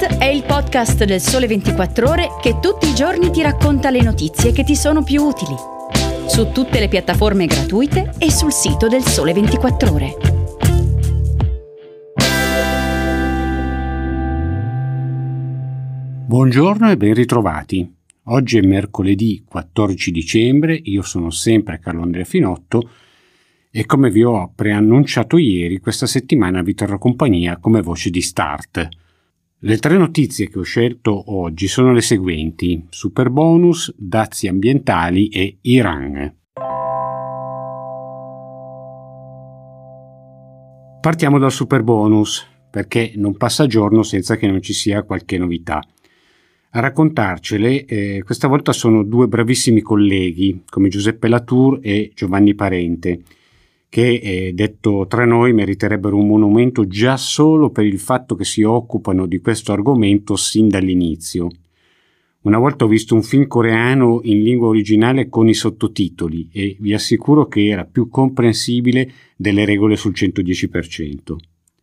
Update è il podcast del Sole 24 Ore che tutti i giorni ti racconta le notizie che ti sono più utili. Su tutte le piattaforme gratuite e sul sito del Sole 24 Ore. Buongiorno e ben ritrovati. Oggi è mercoledì 14 dicembre, io sono sempre Carlo Andrea Finotto e come vi ho preannunciato ieri, questa settimana vi terrò compagnia come voce di Start. Le tre notizie che ho scelto oggi sono le seguenti: Superbonus, dazi ambientali e Iran. Partiamo dal Superbonus, perché non passa giorno senza che non ci sia qualche novità. A raccontarcele questa volta sono due bravissimi colleghi come Giuseppe Latour e Giovanni Parente, che detto tra noi meriterebbero un monumento già solo per il fatto che si occupano di questo argomento sin dall'inizio. Una volta ho visto un film coreano in lingua originale con i sottotitoli e vi assicuro che era più comprensibile delle regole sul 110%.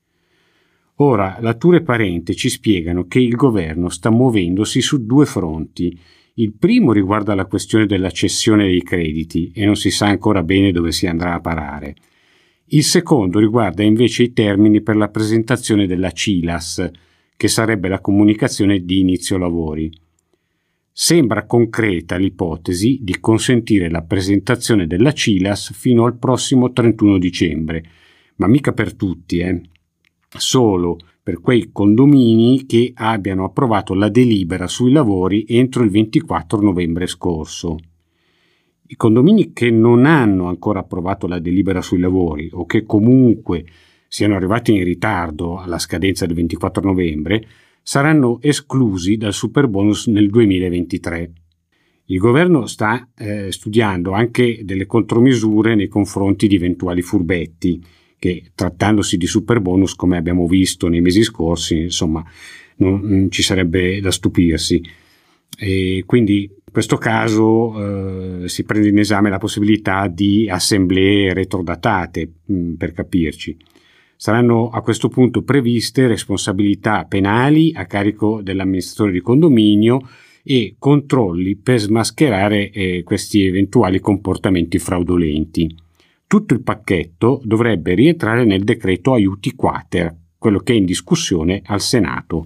Ora, Latour e Parente ci spiegano che il governo sta muovendosi su due fronti. Il primo riguarda la questione della cessione dei crediti e non si sa ancora bene dove si andrà a parare. Il secondo riguarda invece i termini per la presentazione della CILAS, che sarebbe la comunicazione di inizio lavori. Sembra concreta l'ipotesi di consentire la presentazione della CILAS fino al prossimo 31 dicembre, ma mica per tutti, solo per quei condomini che abbiano approvato la delibera sui lavori entro il 24 novembre scorso. I condomini che non hanno ancora approvato la delibera sui lavori o che comunque siano arrivati in ritardo alla scadenza del 24 novembre saranno esclusi dal Superbonus nel 2023. Il governo sta studiando anche delle contromisure nei confronti di eventuali furbetti, che trattandosi di Superbonus, come abbiamo visto nei mesi scorsi, insomma, non ci sarebbe da stupirsi. E quindi in questo caso si prende in esame la possibilità di assemblee retrodatate, per capirci. Saranno a questo punto previste responsabilità penali a carico dell'amministratore di condominio e controlli per smascherare questi eventuali comportamenti fraudolenti. Tutto il pacchetto dovrebbe rientrare nel decreto aiuti quater, quello che è in discussione al Senato.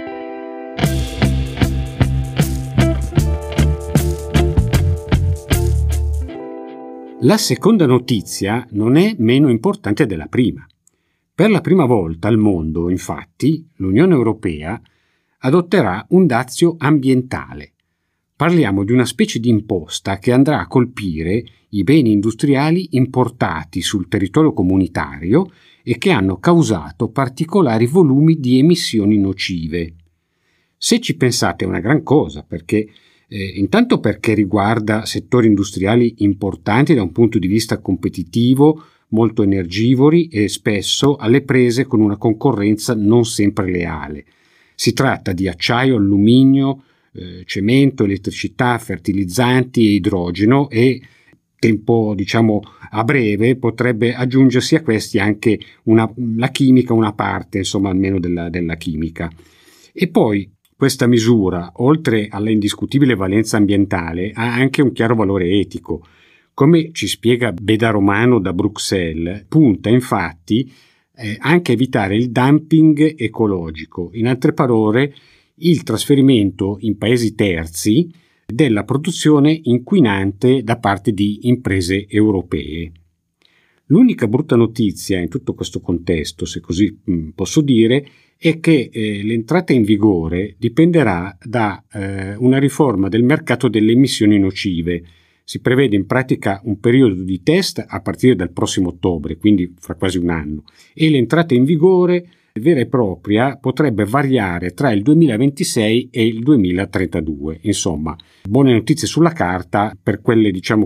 La seconda notizia non è meno importante della prima. Per la prima volta al mondo, infatti, l'Unione Europea adotterà un dazio ambientale. Parliamo di una specie di imposta che andrà a colpire i beni industriali importati sul territorio comunitario e che hanno causato particolari volumi di emissioni nocive. Se ci pensate è una gran cosa, perché intanto perché riguarda settori industriali importanti da un punto di vista competitivo, molto energivori e spesso alle prese con una concorrenza non sempre leale. Si tratta di acciaio, alluminio, cemento, elettricità, fertilizzanti e idrogeno e tempo a breve potrebbe aggiungersi a questi anche la chimica, una parte insomma almeno della chimica. E poi questa misura, oltre alla indiscutibile valenza ambientale, ha anche un chiaro valore etico. Come ci spiega Beda Romano da Bruxelles, punta infatti anche a evitare il dumping ecologico, in altre parole il trasferimento in paesi terzi della produzione inquinante da parte di imprese europee. L'unica brutta notizia in tutto questo contesto, se così posso dire, è che l'entrata in vigore dipenderà da una riforma del mercato delle emissioni nocive. Si prevede in pratica un periodo di test a partire dal prossimo ottobre, quindi fra quasi un anno, e l'entrata in vigore vera e propria potrebbe variare tra il 2026 e il 2032. Insomma, buone notizie sulla carta per quelle,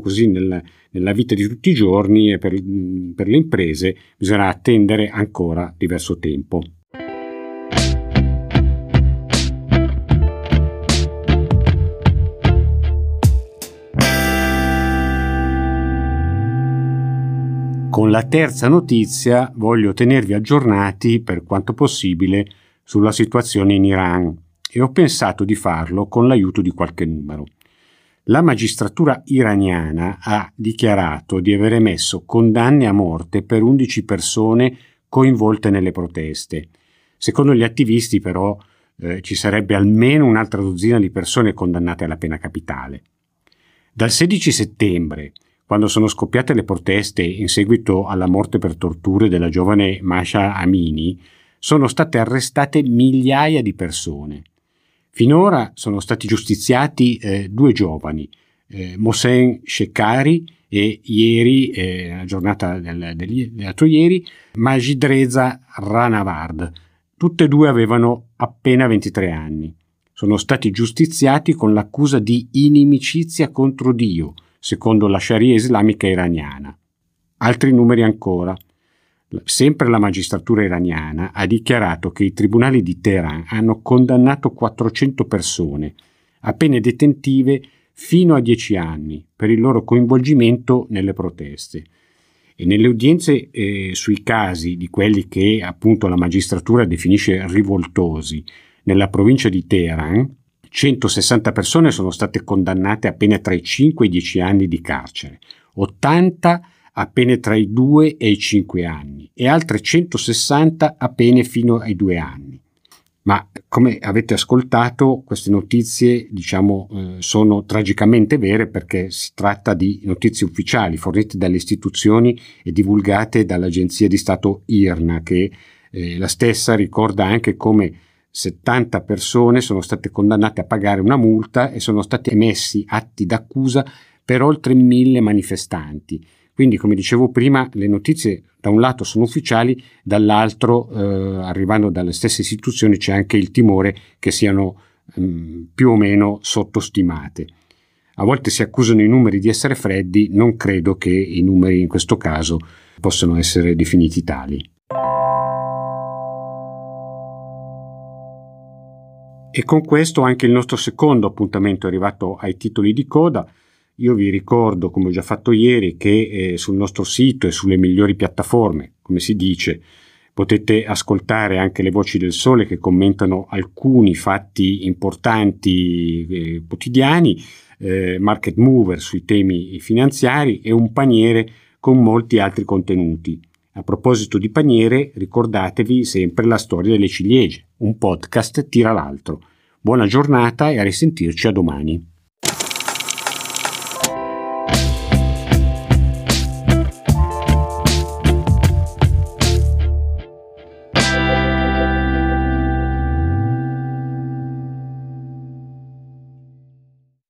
nella vita di tutti i giorni e per le imprese bisognerà attendere ancora diverso tempo. Con la terza notizia voglio tenervi aggiornati per quanto possibile sulla situazione in Iran e ho pensato di farlo con l'aiuto di qualche numero. La magistratura iraniana ha dichiarato di aver emesso condanne a morte per 11 persone coinvolte nelle proteste. Secondo gli attivisti, però, ci sarebbe almeno un'altra dozzina di persone condannate alla pena capitale. Dal 16 settembre, quando sono scoppiate le proteste in seguito alla morte per torture della giovane Mahsa Amini, sono state arrestate migliaia di persone. Finora sono stati giustiziati 2 giovani, Mohsen Shekari e ieri, la giornata dell'altro ieri, Majid Reza Ranavard. Tutte e 2 avevano appena 23 anni. Sono stati giustiziati con l'accusa di inimicizia contro Dio, secondo la Sharia islamica iraniana. Altri numeri ancora. Sempre la magistratura iraniana ha dichiarato che i tribunali di Teheran hanno condannato 400 persone a pene detentive fino a 10 anni per il loro coinvolgimento nelle proteste. E nelle udienze sui casi di quelli che appunto la magistratura definisce rivoltosi nella provincia di Teheran, 160 persone sono state condannate a pene tra i 5 e i 10 anni di carcere, 80 a pene tra i 2 e i 5 anni e altre 160 a pene fino ai 2 anni. Ma come avete ascoltato, queste notizie sono tragicamente vere, perché si tratta di notizie ufficiali fornite dalle istituzioni e divulgate dall'agenzia di Stato IRNA, che la stessa ricorda anche come 70 persone sono state condannate a pagare una multa e sono stati emessi atti d'accusa per oltre 1000 manifestanti. Quindi, come dicevo prima, le notizie da un lato sono ufficiali, dall'altro, arrivando dalle stesse istituzioni, c'è anche il timore che siano più o meno sottostimate. A volte si accusano i numeri di essere freddi, non credo che i numeri in questo caso possano essere definiti tali. E con questo anche il nostro secondo appuntamento è arrivato ai titoli di coda. Io vi ricordo, come ho già fatto ieri, che sul nostro sito e sulle migliori piattaforme, come si dice, potete ascoltare anche le voci del Sole che commentano alcuni fatti importanti quotidiani, Market Mover sui temi finanziari e un paniere con molti altri contenuti. A proposito di paniere, ricordatevi sempre la storia delle ciliegie, un podcast tira l'altro. Buona giornata e a risentirci a domani.